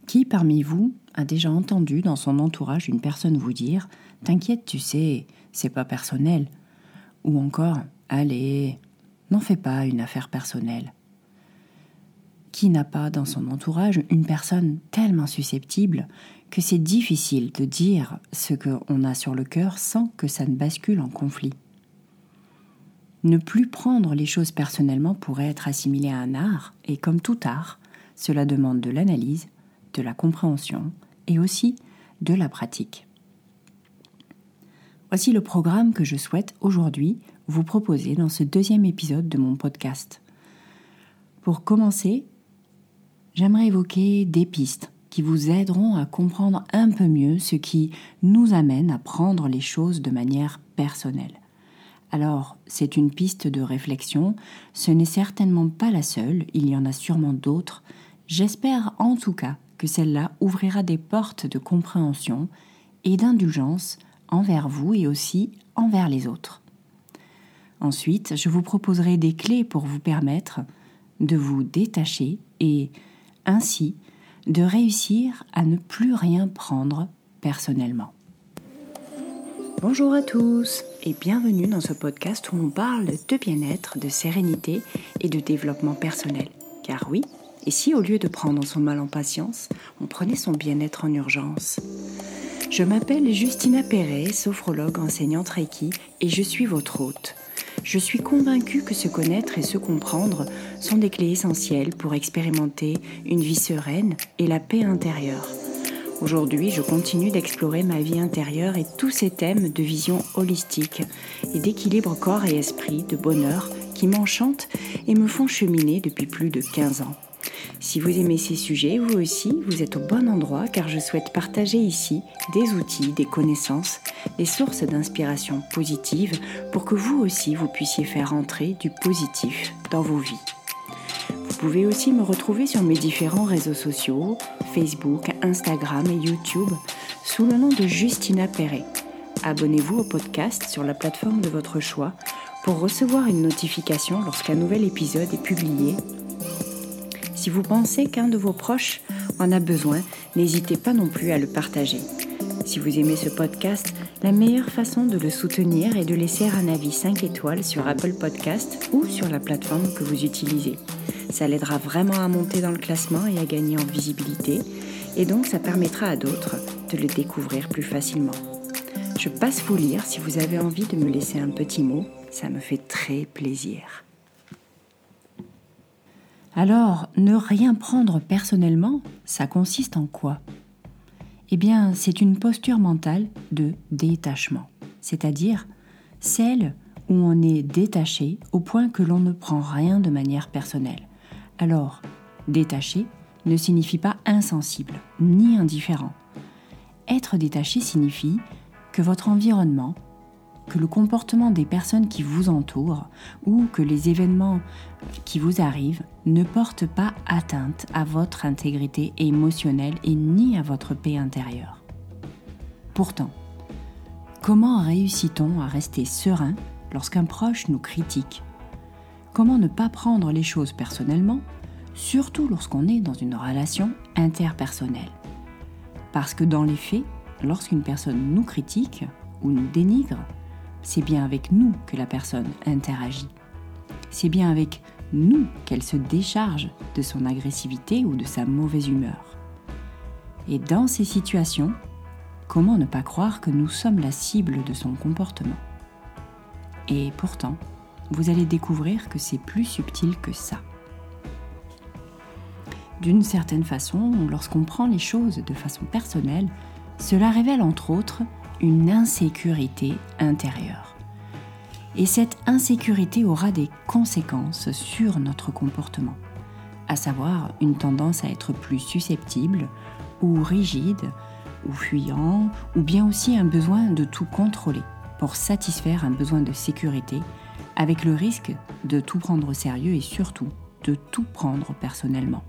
Qui parmi vous a déjà entendu dans son entourage une personne vous dire « T'inquiète, tu sais, c'est pas personnel » ou encore « Allez, n'en fais pas une affaire personnelle ». Qui n'a pas dans son entourage une personne tellement susceptible que c'est difficile de dire ce qu'on a sur le cœur sans que ça ne bascule en conflit. Ne plus prendre les choses personnellement pourrait être assimilé à un art, et comme tout art, cela demande de l'analyse, de la compréhension et aussi de la pratique. Voici le programme que je souhaite aujourd'hui vous proposer dans ce deuxième épisode de mon podcast. Pour commencer, j'aimerais évoquer des pistes qui vous aideront à comprendre un peu mieux ce qui nous amène à prendre les choses de manière personnelle. Alors, c'est une piste de réflexion, ce n'est certainement pas la seule, il y en a sûrement d'autres. J'espère en tout cas que celle-là ouvrira des portes de compréhension et d'indulgence envers vous et aussi envers les autres. Ensuite, je vous proposerai des clés pour vous permettre de vous détacher et ainsi de réussir à ne plus rien prendre personnellement. Bonjour à tous et bienvenue dans ce podcast où on parle de bien-être, de sérénité et de développement personnel. Car oui, et si au lieu de prendre son mal en patience, on prenait son bien-être en urgence ? Je m'appelle Justina Perret, sophrologue, enseignante Reiki et je suis votre hôte. Je suis convaincue que se connaître et se comprendre sont des clés essentielles pour expérimenter une vie sereine et la paix intérieure. Aujourd'hui, je continue d'explorer ma vie intérieure et tous ces thèmes de vision holistique et d'équilibre corps et esprit, de bonheur qui m'enchantent et me font cheminer depuis plus de 15 ans. Si vous aimez ces sujets, vous aussi, vous êtes au bon endroit car je souhaite partager ici des outils, des connaissances, des sources d'inspiration positive pour que vous aussi, vous puissiez faire entrer du positif dans vos vies. Vous pouvez aussi me retrouver sur mes différents réseaux sociaux, Facebook, Instagram et YouTube, sous le nom de Justina Perret. Abonnez-vous au podcast sur la plateforme de votre choix pour recevoir une notification lorsqu'un nouvel épisode est publié. Si vous pensez qu'un de vos proches en a besoin, n'hésitez pas non plus à le partager. Si vous aimez ce podcast, la meilleure façon de le soutenir est de laisser un avis 5 étoiles sur Apple Podcast ou sur la plateforme que vous utilisez. Ça l'aidera vraiment à monter dans le classement et à gagner en visibilité, et donc ça permettra à d'autres de le découvrir plus facilement. Je passe vous lire si vous avez envie de me laisser un petit mot, ça me fait très plaisir. Alors, ne rien prendre personnellement, ça consiste en quoi ? Eh bien, c'est une posture mentale de détachement, c'est-à-dire celle où on est détaché au point que l'on ne prend rien de manière personnelle. Alors, détaché ne signifie pas insensible, ni indifférent. Être détaché signifie que votre environnement, que le comportement des personnes qui vous entourent ou que les événements qui vous arrivent ne portent pas atteinte à votre intégrité émotionnelle et ni à votre paix intérieure. Pourtant, comment réussit-on à rester serein lorsqu'un proche nous critique ? Comment ne pas prendre les choses personnellement, surtout lorsqu'on est dans une relation interpersonnelle ? Parce que dans les faits, lorsqu'une personne nous critique ou nous dénigre, c'est bien avec nous que la personne interagit. C'est bien avec nous qu'elle se décharge de son agressivité ou de sa mauvaise humeur. Et dans ces situations, comment ne pas croire que nous sommes la cible de son comportement ? Et pourtant, vous allez découvrir que c'est plus subtil que ça. D'une certaine façon, lorsqu'on prend les choses de façon personnelle, cela révèle entre autres une insécurité intérieure. Et cette insécurité aura des conséquences sur notre comportement, à savoir une tendance à être plus susceptible ou rigide ou fuyant, ou bien aussi un besoin de tout contrôler pour satisfaire un besoin de sécurité, avec le risque de tout prendre au sérieux et surtout de tout prendre personnellement.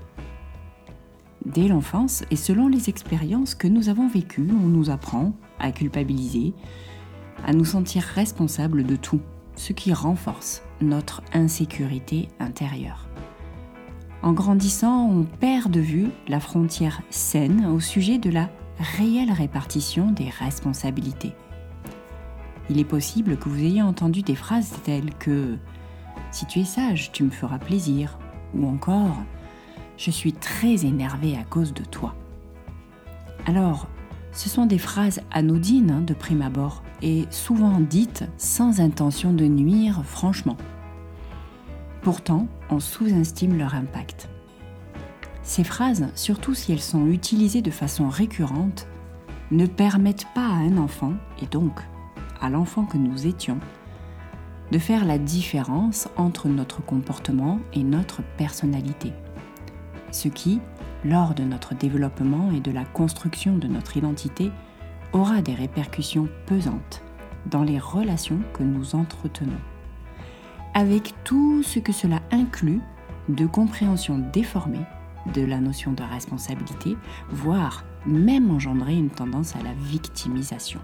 Dès l'enfance et selon les expériences que nous avons vécues, on nous apprend à culpabiliser, à nous sentir responsables de tout, ce qui renforce notre insécurité intérieure. En grandissant, on perd de vue la frontière saine au sujet de la réelle répartition des responsabilités. Il est possible que vous ayez entendu des phrases telles que « Si tu es sage, tu me feras plaisir » ou encore « Je suis très énervé à cause de toi ». Alors, ce sont des phrases anodines de prime abord et souvent dites sans intention de nuire franchement. Pourtant, on sous-estime leur impact. Ces phrases, surtout si elles sont utilisées de façon récurrente, ne permettent pas à un enfant, et donc à l'enfant que nous étions, de faire la différence entre notre comportement et notre personnalité. Ce qui, lors de notre développement et de la construction de notre identité, aura des répercussions pesantes dans les relations que nous entretenons, avec tout ce que cela inclut de compréhension déformée de la notion de responsabilité, voire même engendrer une tendance à la victimisation.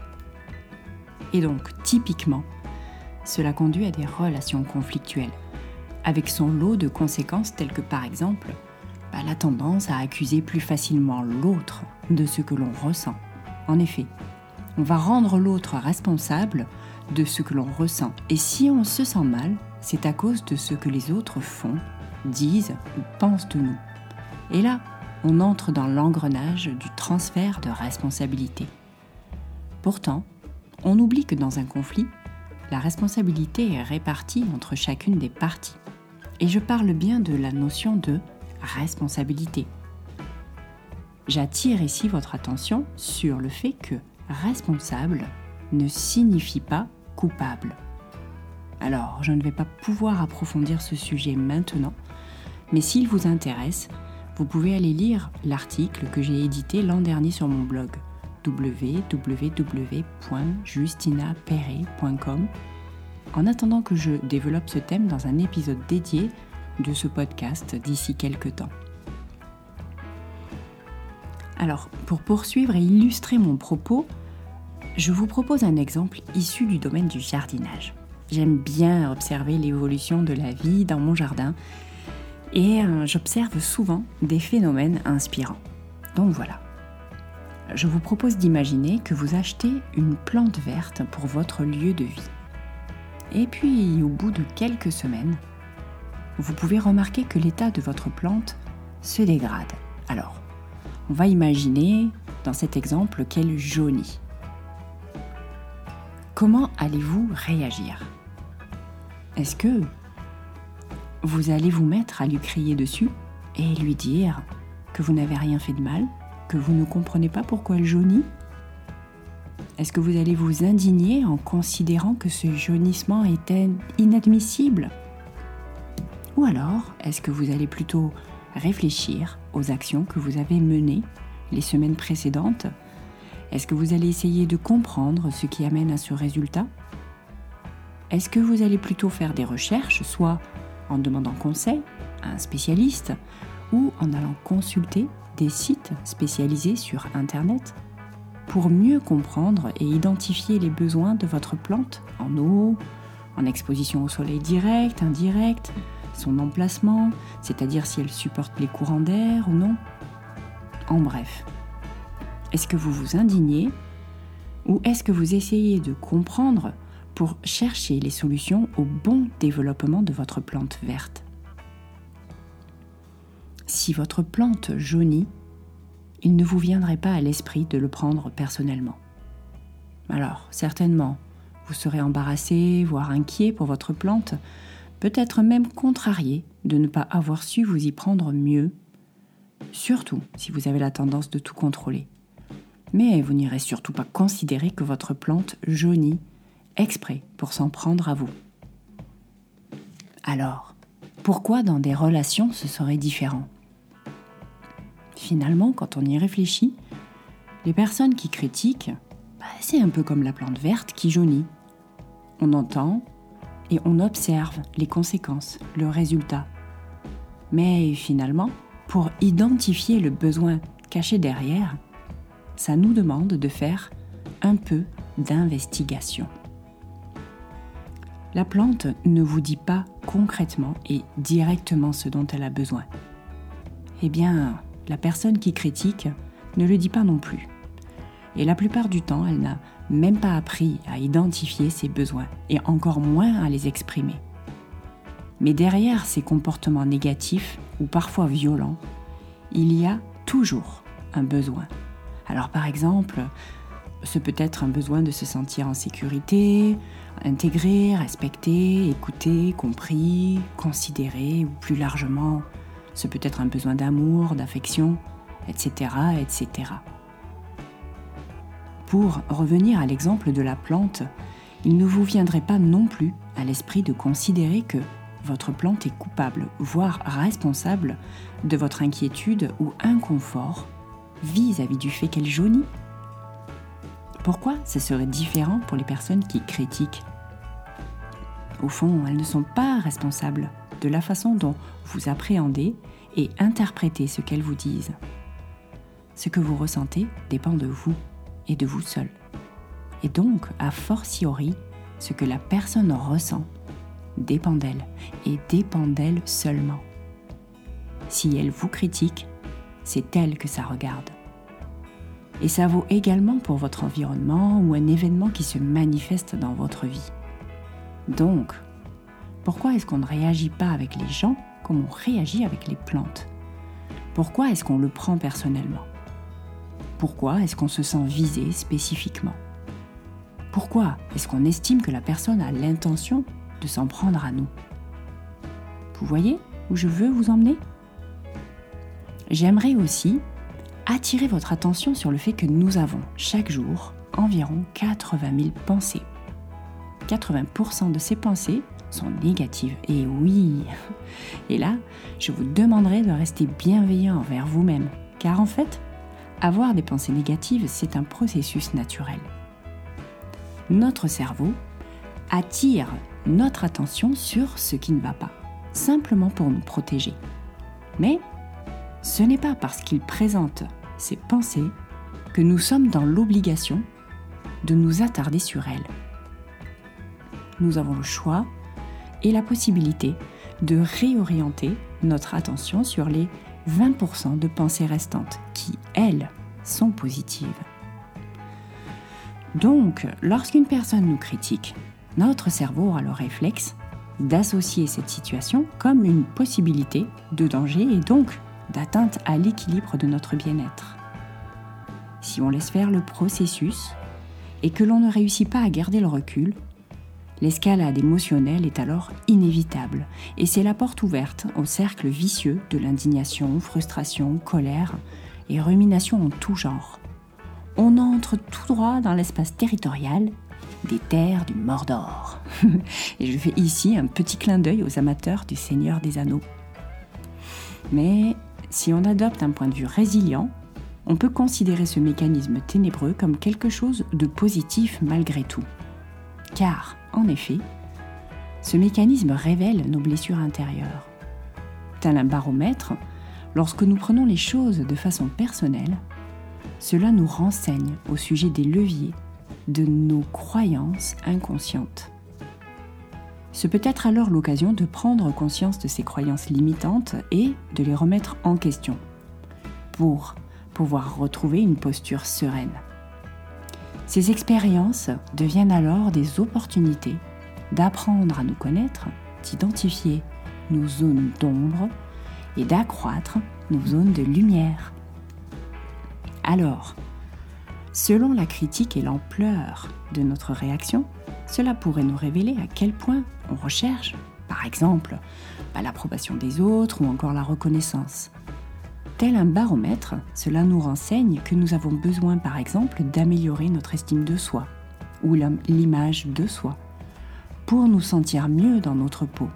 Et donc, typiquement, cela conduit à des relations conflictuelles, avec son lot de conséquences telles que par exemple la tendance à accuser plus facilement l'autre de ce que l'on ressent. En effet, on va rendre l'autre responsable de ce que l'on ressent. Et si on se sent mal, c'est à cause de ce que les autres font, disent ou pensent de nous. Et là, on entre dans l'engrenage du transfert de responsabilité. Pourtant, on oublie que dans un conflit, la responsabilité est répartie entre chacune des parties. Et je parle bien de la notion de responsabilité. J'attire ici votre attention sur le fait que responsable ne signifie pas coupable. Alors, je ne vais pas pouvoir approfondir ce sujet maintenant, mais s'il vous intéresse, vous pouvez aller lire l'article que j'ai édité l'an dernier sur mon blog www.justinaperret.com en attendant que je développe ce thème dans un épisode dédié de ce podcast d'ici quelques temps. Alors, pour poursuivre et illustrer mon propos, je vous propose un exemple issu du domaine du jardinage. J'aime bien observer l'évolution de la vie dans mon jardin et j'observe souvent des phénomènes inspirants. Donc voilà. Je vous propose d'imaginer que vous achetez une plante verte pour votre lieu de vie. Et puis, au bout de quelques semaines, vous pouvez remarquer que l'état de votre plante se dégrade. Alors, on va imaginer, dans cet exemple, qu'elle jaunit. Comment allez-vous réagir ? Est-ce que vous allez vous mettre à lui crier dessus et lui dire que vous n'avez rien fait de mal, que vous ne comprenez pas pourquoi elle jaunit ? Est-ce que vous allez vous indigner en considérant que ce jaunissement est inadmissible ? Ou alors, est-ce que vous allez plutôt réfléchir aux actions que vous avez menées les semaines précédentes ? Est-ce que vous allez essayer de comprendre ce qui amène à ce résultat ? Est-ce que vous allez plutôt faire des recherches, soit en demandant conseil à un spécialiste ou en allant consulter des sites spécialisés sur Internet pour mieux comprendre et identifier les besoins de votre plante en eau, en exposition au soleil direct, indirect, son emplacement, c'est-à-dire si elle supporte les courants d'air ou non. En bref, est-ce que vous vous indignez ou est-ce que vous essayez de comprendre pour chercher les solutions au bon développement de votre plante verte ? Si votre plante jaunit, il ne vous viendrait pas à l'esprit de le prendre personnellement. Alors, certainement, vous serez embarrassé, voire inquiet pour votre plante, peut-être même contrarié de ne pas avoir su vous y prendre mieux, surtout si vous avez la tendance de tout contrôler. Mais vous n'irez surtout pas considérer que votre plante jaunit exprès pour s'en prendre à vous. Alors, pourquoi dans des relations ce serait différent ? Finalement, quand on y réfléchit, les personnes qui critiquent, c'est un peu comme la plante verte qui jaunit. On entend et on observe les conséquences, le résultat. Mais finalement, pour identifier le besoin caché derrière, ça nous demande de faire un peu d'investigation. La plante ne vous dit pas concrètement et directement ce dont elle a besoin. Eh bien, la personne qui critique ne le dit pas non plus. Et la plupart du temps, elle n'a même pas appris à identifier ses besoins et encore moins à les exprimer. Mais derrière ces comportements négatifs ou parfois violents, il y a toujours un besoin. Alors par exemple, ce peut être un besoin de se sentir en sécurité, intégré, respecté, écouté, compris, considéré, ou plus largement, ce peut être un besoin d'amour, d'affection, etc., etc. Pour revenir à l'exemple de la plante, il ne vous viendrait pas non plus à l'esprit de considérer que votre plante est coupable, voire responsable de votre inquiétude ou inconfort vis-à-vis du fait qu'elle jaunit. Pourquoi ce serait différent pour les personnes qui critiquent ? Au fond, elles ne sont pas responsables de la façon dont vous appréhendez et interprétez ce qu'elles vous disent. Ce que vous ressentez dépend de vous et de vous seul. Et donc, a fortiori, ce que la personne ressent dépend d'elle et dépend d'elle seulement. Si elle vous critique, c'est elle que ça regarde. Et ça vaut également pour votre environnement ou un événement qui se manifeste dans votre vie. Donc, pourquoi est-ce qu'on ne réagit pas avec les gens comme on réagit avec les plantes ? Pourquoi est-ce qu'on le prend personnellement ? Pourquoi est-ce qu'on se sent visé spécifiquement ? Pourquoi est-ce qu'on estime que la personne a l'intention de s'en prendre à nous ? Vous voyez où je veux vous emmener ? J'aimerais aussi attirer votre attention sur le fait que nous avons chaque jour environ 80 000 pensées. 80% de ces pensées sont négatives, et oui. Et là, je vous demanderai de rester bienveillant envers vous-même, car en fait, avoir des pensées négatives, c'est un processus naturel. Notre cerveau attire notre attention sur ce qui ne va pas, simplement pour nous protéger. Mais ce n'est pas parce qu'il présente ces pensées que nous sommes dans l'obligation de nous attarder sur elles. Nous avons le choix et la possibilité de réorienter notre attention sur les 20% de pensées restantes qui, elles, sont positives. Donc, lorsqu'une personne nous critique, notre cerveau aura le réflexe d'associer cette situation comme une possibilité de danger et donc d'atteinte à l'équilibre de notre bien-être. Si on laisse faire le processus et que l'on ne réussit pas à garder le recul, l'escalade émotionnelle est alors inévitable et c'est la porte ouverte au cercle vicieux de l'indignation, frustration, colère et rumination en tout genre. On entre tout droit dans l'espace territorial des terres du Mordor. Et je fais ici un petit clin d'œil aux amateurs du Seigneur des Anneaux. Mais si on adopte un point de vue résilient, on peut considérer ce mécanisme ténébreux comme quelque chose de positif malgré tout. Car, en effet, ce mécanisme révèle nos blessures intérieures. Tel un baromètre, lorsque nous prenons les choses de façon personnelle, cela nous renseigne au sujet des leviers de nos croyances inconscientes. Ce peut être alors l'occasion de prendre conscience de ces croyances limitantes et de les remettre en question, pour pouvoir retrouver une posture sereine. Ces expériences deviennent alors des opportunités d'apprendre à nous connaître, d'identifier nos zones d'ombre et d'accroître nos zones de lumière. Alors, selon la critique et l'ampleur de notre réaction, cela pourrait nous révéler à quel point on recherche, par exemple, l'approbation des autres ou encore la reconnaissance. Tel un baromètre, cela nous renseigne que nous avons besoin, par exemple, d'améliorer notre estime de soi ou l'image de soi pour nous sentir mieux dans notre peau.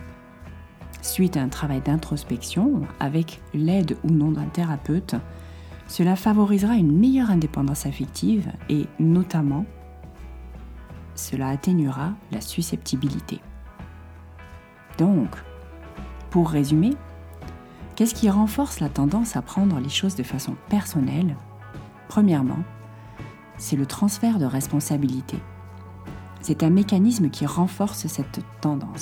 Suite à un travail d'introspection, avec l'aide ou non d'un thérapeute, cela favorisera une meilleure indépendance affective et notamment, cela atténuera la susceptibilité. Donc, pour résumer, qu'est-ce qui renforce la tendance à prendre les choses de façon personnelle ? Premièrement, c'est le transfert de responsabilité. C'est un mécanisme qui renforce cette tendance.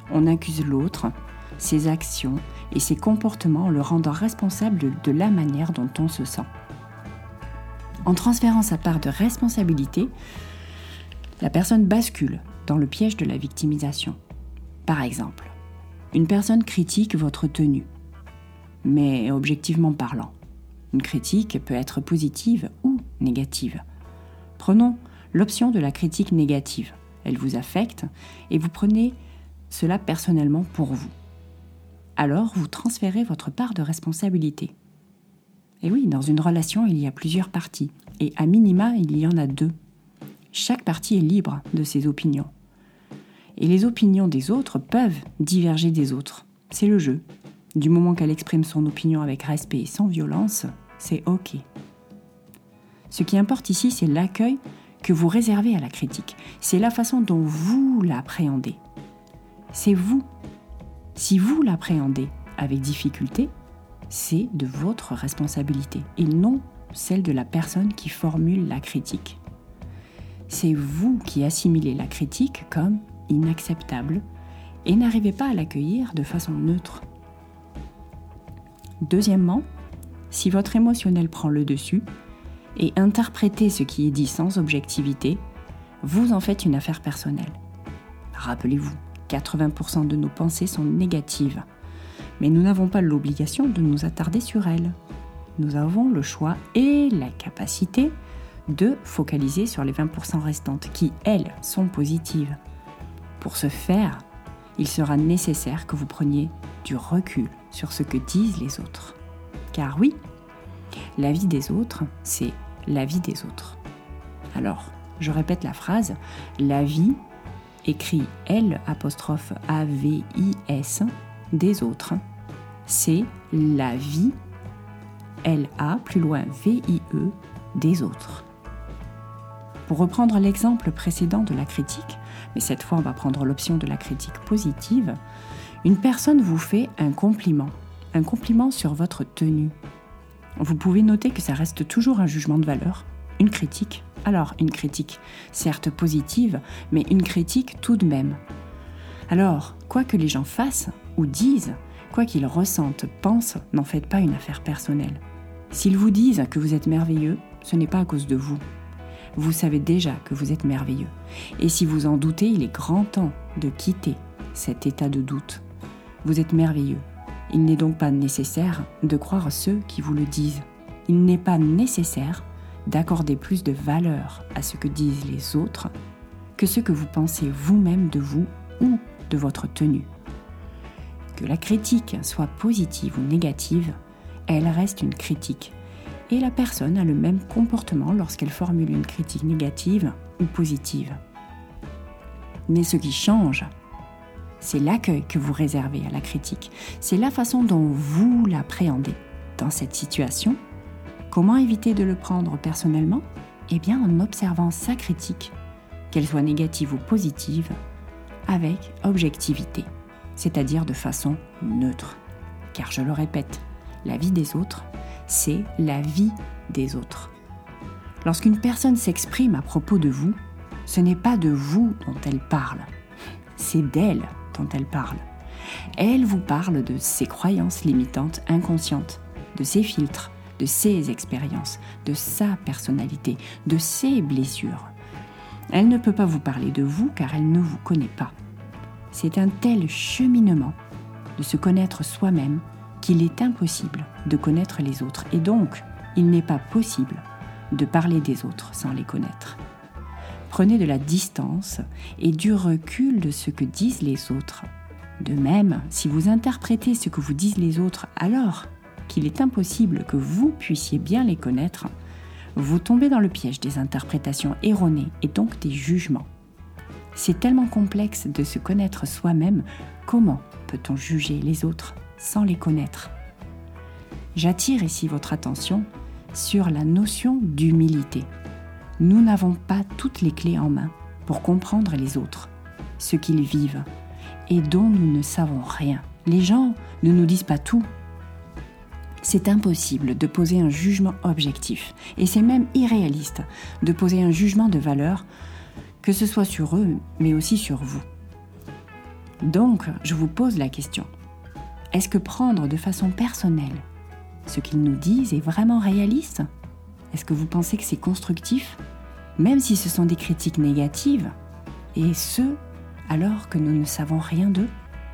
On accuse l'autre, ses actions et ses comportements en le rendant responsable de la manière dont on se sent. En transférant sa part de responsabilité, la personne bascule dans le piège de la victimisation. Par exemple, une personne critique votre tenue, mais objectivement parlant. Une critique peut être positive ou négative. Prenons l'option de la critique négative. Elle vous affecte et vous prenez cela personnellement pour vous. Alors, vous transférez votre part de responsabilité. Et oui, dans une relation, il y a plusieurs parties. Et à minima, il y en a 2. Chaque partie est libre de ses opinions. Et les opinions des autres peuvent diverger des autres. C'est le jeu. Du moment qu'elle exprime son opinion avec respect et sans violence, c'est OK. Ce qui importe ici, c'est l'accueil que vous réservez à la critique. C'est la façon dont vous l'appréhendez. C'est vous. Si vous l'appréhendez avec difficulté, c'est de votre responsabilité et non celle de la personne qui formule la critique. C'est vous qui assimilez la critique comme inacceptable et n'arrivez pas à l'accueillir de façon neutre. Deuxièmement, si votre émotionnel prend le dessus et interprétez ce qui est dit sans objectivité, vous en faites une affaire personnelle. Rappelez-vous, 80% de nos pensées sont négatives, mais nous n'avons pas l'obligation de nous attarder sur elles. Nous avons le choix et la capacité de focaliser sur les 20% restantes qui, elles, sont positives. Pour ce faire, il sera nécessaire que vous preniez du recul sur ce que disent les autres. Car oui, la vie des autres, c'est la vie des autres. Alors, je répète la phrase, la vie, écrit L''AVIS, des autres, c'est la vie, L''A, plus loin VIE, des autres. Pour reprendre l'exemple précédent de la critique, mais cette fois on va prendre l'option de la critique positive, une personne vous fait un compliment sur votre tenue. Vous pouvez noter que ça reste toujours un jugement de valeur, une critique. Alors, une critique, certes positive, mais une critique tout de même. Alors, quoi que les gens fassent ou disent, quoi qu'ils ressentent, pensent, n'en faites pas une affaire personnelle. S'ils vous disent que vous êtes merveilleux, ce n'est pas à cause de vous. Vous savez déjà que vous êtes merveilleux. Et si vous en doutez, il est grand temps de quitter cet état de doute. Vous êtes merveilleux. Il n'est donc pas nécessaire de croire ceux qui vous le disent. Il n'est pas nécessaire d'accorder plus de valeur à ce que disent les autres que ce que vous pensez vous-même de vous ou de votre tenue. Que la critique soit positive ou négative, elle reste une critique. Et la personne a le même comportement lorsqu'elle formule une critique négative ou positive. Mais ce qui change, c'est l'accueil que vous réservez à la critique. C'est la façon dont vous l'appréhendez. Dans cette situation, comment éviter de le prendre personnellement ? Eh bien, en observant sa critique, qu'elle soit négative ou positive, avec objectivité, c'est-à-dire de façon neutre. Car je le répète, la vie des autres, c'est la vie des autres. Lorsqu'une personne s'exprime à propos de vous, ce n'est pas de vous dont elle parle, c'est d'elle dont elle parle. Elle vous parle de ses croyances limitantes inconscientes, de ses filtres, de ses expériences, de sa personnalité, de ses blessures. Elle ne peut pas vous parler de vous car elle ne vous connaît pas. C'est un tel cheminement de se connaître soi-même qu'il est impossible de connaître les autres et donc il n'est pas possible de parler des autres sans les connaître. Prenez de la distance et du recul de ce que disent les autres. De même, si vous interprétez ce que vous disent les autres alors qu'il est impossible que vous puissiez bien les connaître, vous tombez dans le piège des interprétations erronées et donc des jugements. C'est tellement complexe de se connaître soi-même, comment peut-on juger les autres sans les connaître ? J'attire ici votre attention sur la notion d'humilité. Nous n'avons pas toutes les clés en main pour comprendre les autres, ce qu'ils vivent et dont nous ne savons rien. Les gens ne nous disent pas tout. C'est impossible de poser un jugement objectif et c'est même irréaliste de poser un jugement de valeur, que ce soit sur eux mais aussi sur vous. Donc, je vous pose la question. Est-ce que prendre de façon personnelle ce qu'ils nous disent est vraiment réaliste ? Est-ce que vous pensez que c'est constructif, même si ce sont des critiques négatives, et ce, alors que nous ne savons rien d'eux ?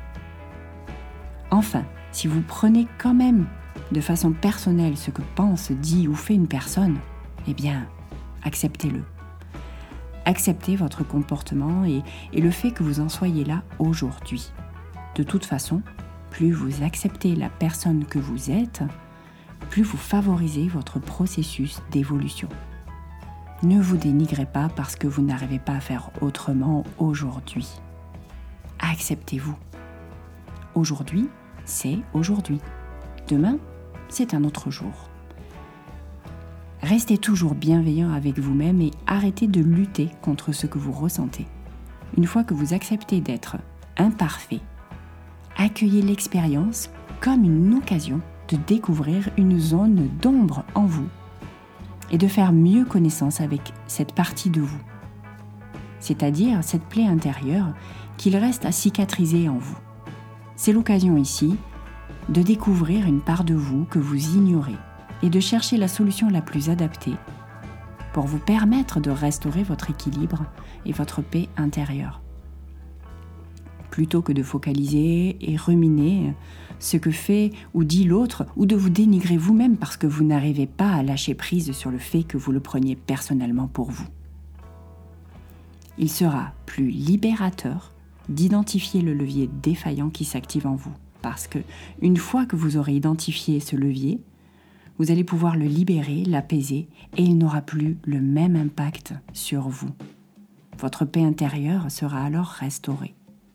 Enfin, si vous prenez quand même de façon personnelle ce que pense, dit ou fait une personne, eh bien, acceptez-le. Acceptez votre comportement et le fait que vous en soyez là aujourd'hui. De toute façon, plus vous acceptez la personne que vous êtes, plus vous favorisez votre processus d'évolution. Ne vous dénigrez pas parce que vous n'arrivez pas à faire autrement aujourd'hui. Acceptez-vous. Aujourd'hui, c'est aujourd'hui. Demain, c'est un autre jour. Restez toujours bienveillant avec vous-même et arrêtez de lutter contre ce que vous ressentez. Une fois que vous acceptez d'être imparfait, accueillez l'expérience comme une occasion de découvrir une zone d'ombre en vous et de faire mieux connaissance avec cette partie de vous, c'est-à-dire cette plaie intérieure qu'il reste à cicatriser en vous. C'est l'occasion ici de découvrir une part de vous que vous ignorez et de chercher la solution la plus adaptée pour vous permettre de restaurer votre équilibre et votre paix intérieure. Plutôt que de focaliser et ruminer ce que fait ou dit l'autre, ou de vous dénigrer vous-même parce que vous n'arrivez pas à lâcher prise sur le fait que vous le preniez personnellement pour vous. Il sera plus libérateur d'identifier le levier défaillant qui s'active en vous, parce que une fois que vous aurez identifié ce levier, vous allez pouvoir le libérer, l'apaiser, et il n'aura plus le même impact sur vous. Votre paix intérieure sera alors restaurée.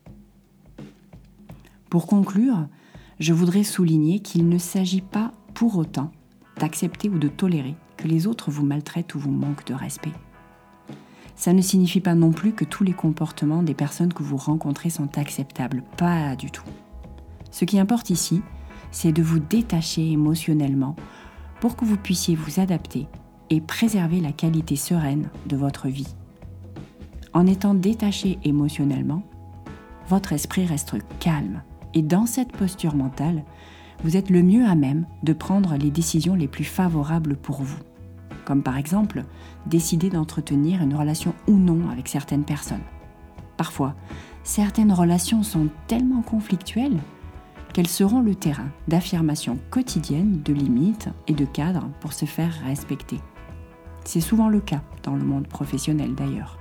Pour conclure, je voudrais souligner qu'il ne s'agit pas pour autant d'accepter ou de tolérer que les autres vous maltraitent ou vous manquent de respect. Ça ne signifie pas non plus que tous les comportements des personnes que vous rencontrez sont acceptables, pas du tout. Ce qui importe ici, c'est de vous détacher émotionnellement pour que vous puissiez vous adapter et préserver la qualité sereine de votre vie. En étant détaché émotionnellement, votre esprit reste calme. Et dans cette posture mentale, vous êtes le mieux à même de prendre les décisions les plus favorables pour vous. Comme par exemple, décider d'entretenir une relation ou non avec certaines personnes. Parfois, certaines relations sont tellement conflictuelles qu'elles seront le terrain d'affirmation quotidienne de limites et de cadres pour se faire respecter. C'est souvent le cas dans le monde professionnel d'ailleurs.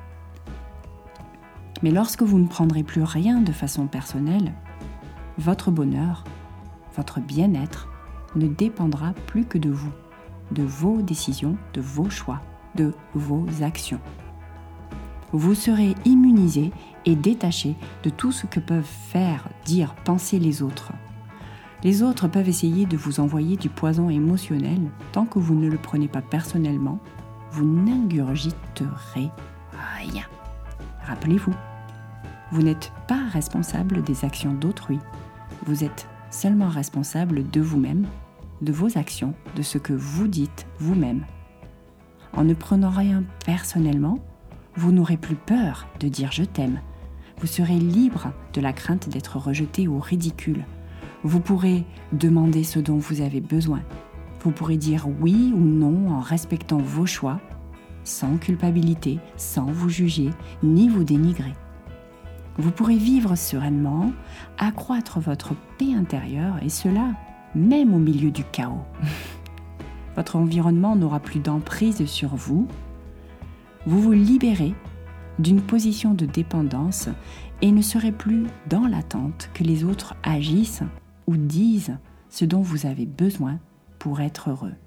Mais lorsque vous ne prendrez plus rien de façon personnelle, votre bonheur, votre bien-être ne dépendra plus que de vous, de vos décisions, de vos choix, de vos actions. Vous serez immunisé et détaché de tout ce que peuvent faire, dire, penser les autres. Les autres peuvent essayer de vous envoyer du poison émotionnel. Tant que vous ne le prenez pas personnellement, vous n'ingurgiterez rien. Rappelez-vous, vous n'êtes pas responsable des actions d'autrui. Vous êtes seulement responsable de vous-même, de vos actions, de ce que vous dites vous-même. En ne prenant rien personnellement, vous n'aurez plus peur de dire « je t'aime ». Vous serez libre de la crainte d'être rejeté ou ridicule. Vous pourrez demander ce dont vous avez besoin. Vous pourrez dire oui ou non en respectant vos choix, sans culpabilité, sans vous juger, ni vous dénigrer. Vous pourrez vivre sereinement, accroître votre paix intérieure, et cela même au milieu du chaos. Votre environnement n'aura plus d'emprise sur vous. Vous vous libérez d'une position de dépendance et ne serez plus dans l'attente que les autres agissent ou disent ce dont vous avez besoin pour être heureux.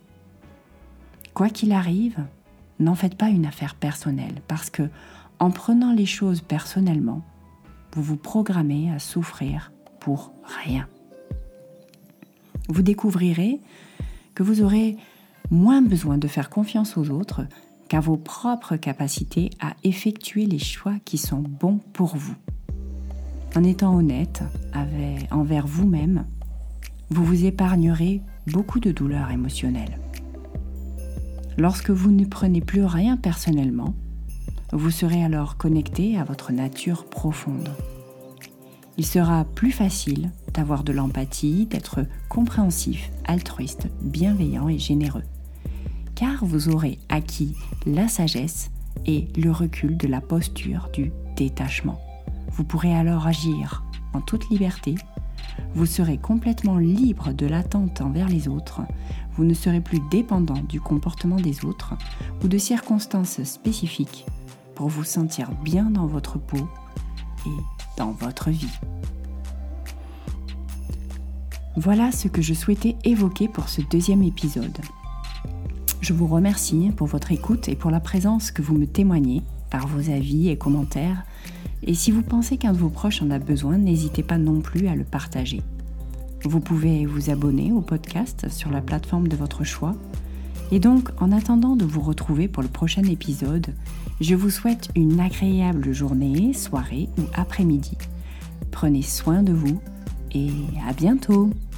Quoi qu'il arrive, n'en faites pas une affaire personnelle, parce que en prenant les choses personnellement, vous vous programmez à souffrir pour rien. Vous découvrirez que vous aurez moins besoin de faire confiance aux autres qu'à vos propres capacités à effectuer les choix qui sont bons pour vous. En étant honnête envers vous-même, vous vous épargnerez beaucoup de douleurs émotionnelles. Lorsque vous ne prenez plus rien personnellement, vous serez alors connecté à votre nature profonde. Il sera plus facile d'avoir de l'empathie, d'être compréhensif, altruiste, bienveillant et généreux. Car vous aurez acquis la sagesse et le recul de la posture du détachement. Vous pourrez alors agir en toute liberté. Vous serez complètement libre de l'attente envers les autres. Vous ne serez plus dépendant du comportement des autres ou de circonstances spécifiques pour vous sentir bien dans votre peau et dans votre vie. Voilà ce que je souhaitais évoquer pour ce deuxième épisode. Je vous remercie pour votre écoute et pour la présence que vous me témoignez par vos avis et commentaires. Et si vous pensez qu'un de vos proches en a besoin, n'hésitez pas non plus à le partager. Vous pouvez vous abonner au podcast sur la plateforme de votre choix. Et donc, en attendant de vous retrouver pour le prochain épisode, je vous souhaite une agréable journée, soirée ou après-midi. Prenez soin de vous et à bientôt!